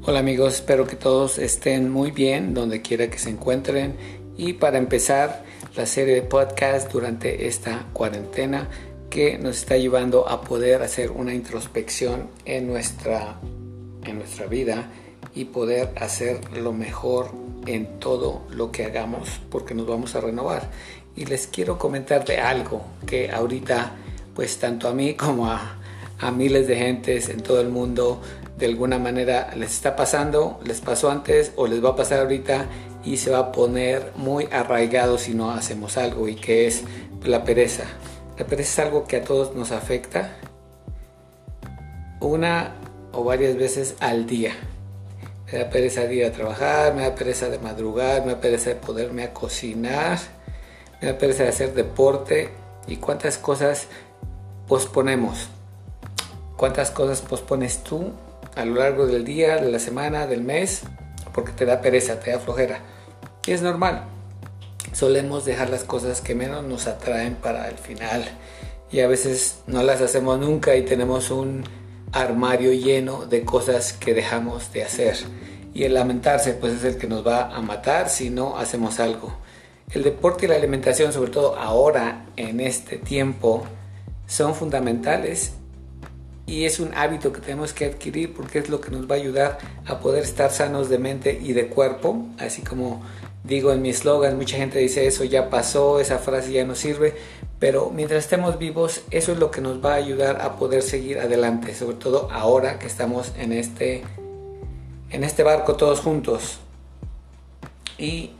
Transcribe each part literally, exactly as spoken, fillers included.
Hola amigos, espero que todos estén muy bien donde quiera que se encuentren, y para empezar la serie de podcast durante esta cuarentena que nos está llevando a poder hacer una introspección en nuestra, en nuestra vida y poder hacer lo mejor en todo lo que hagamos, porque nos vamos a renovar. Y les quiero comentar de algo que ahorita pues tanto a mí como a, a miles de gentes en todo el mundo de alguna manera les está pasando, les pasó antes o les va a pasar ahorita, y se va a poner muy arraigado si no hacemos algo, y que es la pereza. La pereza es algo que a todos nos afecta una o varias veces al día. Me da pereza de ir a trabajar, me da pereza de madrugar, me da pereza de poderme a cocinar, me da pereza de hacer deporte. Y cuántas cosas posponemos, cuántas cosas pospones tú a lo largo del día, de la semana, del mes, porque te da pereza, te da flojera. Y es normal. Solemos dejar las cosas que menos nos atraen para el final, y a veces no las hacemos nunca y tenemos un armario lleno de cosas que dejamos de hacer. Y el lamentarse pues es el que nos va a matar si no hacemos algo. El deporte y la alimentación, sobre todo ahora en este tiempo, son fundamentales. Y es un hábito que tenemos que adquirir, porque es lo que nos va a ayudar a poder estar sanos de mente y de cuerpo. Así como digo en mi eslogan, mucha gente dice eso ya pasó, esa frase ya no sirve. Pero mientras estemos vivos, eso es lo que nos va a ayudar a poder seguir adelante. Sobre todo ahora que estamos en este, en este barco todos juntos. Y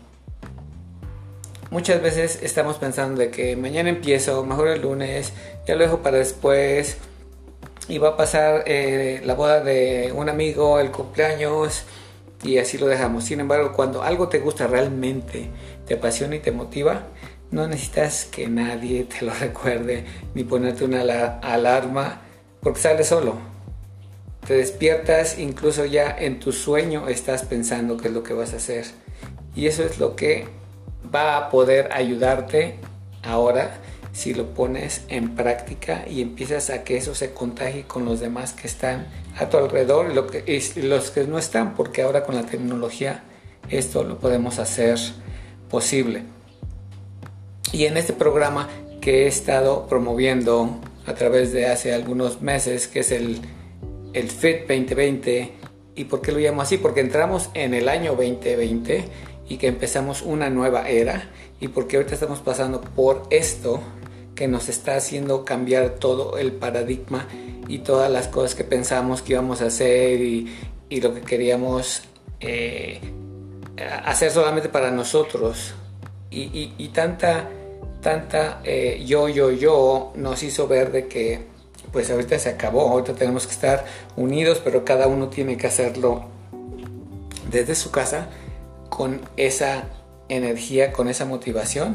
muchas veces estamos pensando de que mañana empiezo, mejor el lunes, ya lo dejo para después. Y va a pasar eh, la boda de un amigo, el cumpleaños, y así lo dejamos. Sin embargo, cuando algo te gusta realmente, te apasiona y te motiva, no necesitas que nadie te lo recuerde ni ponerte una alarma, porque sale solo. Te despiertas, incluso ya en tu sueño estás pensando qué es lo que vas a hacer. Y eso es lo que va a poder ayudarte ahora, si lo pones en práctica y empiezas a que eso se contagie con los demás que están a tu alrededor y, lo que, y los que no están, porque ahora con la tecnología esto lo podemos hacer posible. Y en este programa que he estado promoviendo a través de hace algunos meses, que es el, el Fit veinte veinte, ¿y por qué lo llamo así? Porque entramos en el año veinte veinte y que empezamos una nueva era, y porque ahorita estamos pasando por esto que nos está haciendo cambiar todo el paradigma y todas las cosas que pensamos que íbamos a hacer, y, y lo que queríamos eh, hacer solamente para nosotros. Y, y, y tanta, tanta eh, yo, yo, yo nos hizo ver de que pues ahorita se acabó, ahorita tenemos que estar unidos, pero cada uno tiene que hacerlo desde su casa, con esa energía, con esa motivación,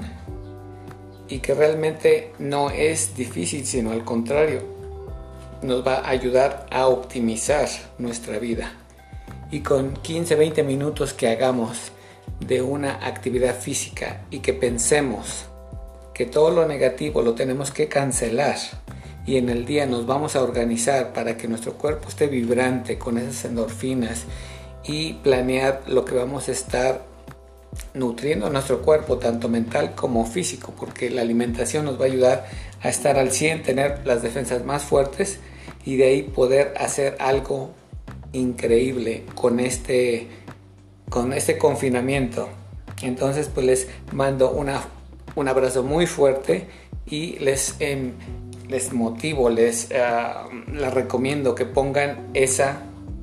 y que realmente no es difícil, sino al contrario, nos va a ayudar a optimizar nuestra vida. Y con quince a veinte minutos que hagamos de una actividad física y que pensemos que todo lo negativo lo tenemos que cancelar, y en el día nos vamos a organizar para que nuestro cuerpo esté vibrante con esas endorfinas, y planear lo que vamos a estar nutriendo nuestro cuerpo, tanto mental como físico, porque la alimentación nos va a ayudar a estar al cien, tener las defensas más fuertes, y de ahí poder hacer algo increíble con este, con este confinamiento. Entonces pues les mando una, un abrazo muy fuerte, y les, eh, les motivo, les, uh, les recomiendo que pongan esa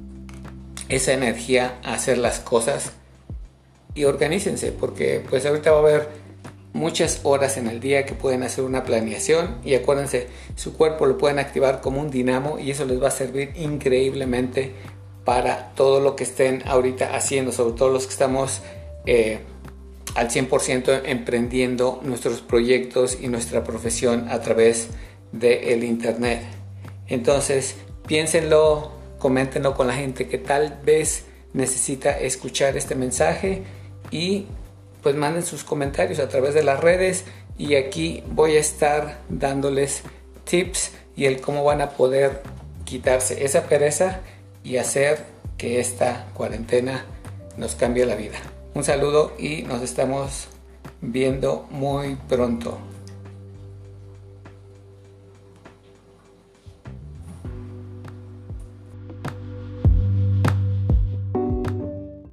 esa energía a hacer las cosas, y organícense, porque pues ahorita va a haber muchas horas en el día que pueden hacer una planeación, y acuérdense, su cuerpo lo pueden activar como un dinamo, y eso les va a servir increíblemente para todo lo que estén ahorita haciendo, sobre todo los que estamos eh, al cien por ciento emprendiendo nuestros proyectos y nuestra profesión a través del internet. Entonces piénsenlo, coméntenlo con la gente que tal vez necesita escuchar este mensaje, y pues manden sus comentarios a través de las redes, y aquí voy a estar dándoles tips y el cómo van a poder quitarse esa pereza y hacer que esta cuarentena nos cambie la vida. Un saludo y nos estamos viendo muy pronto.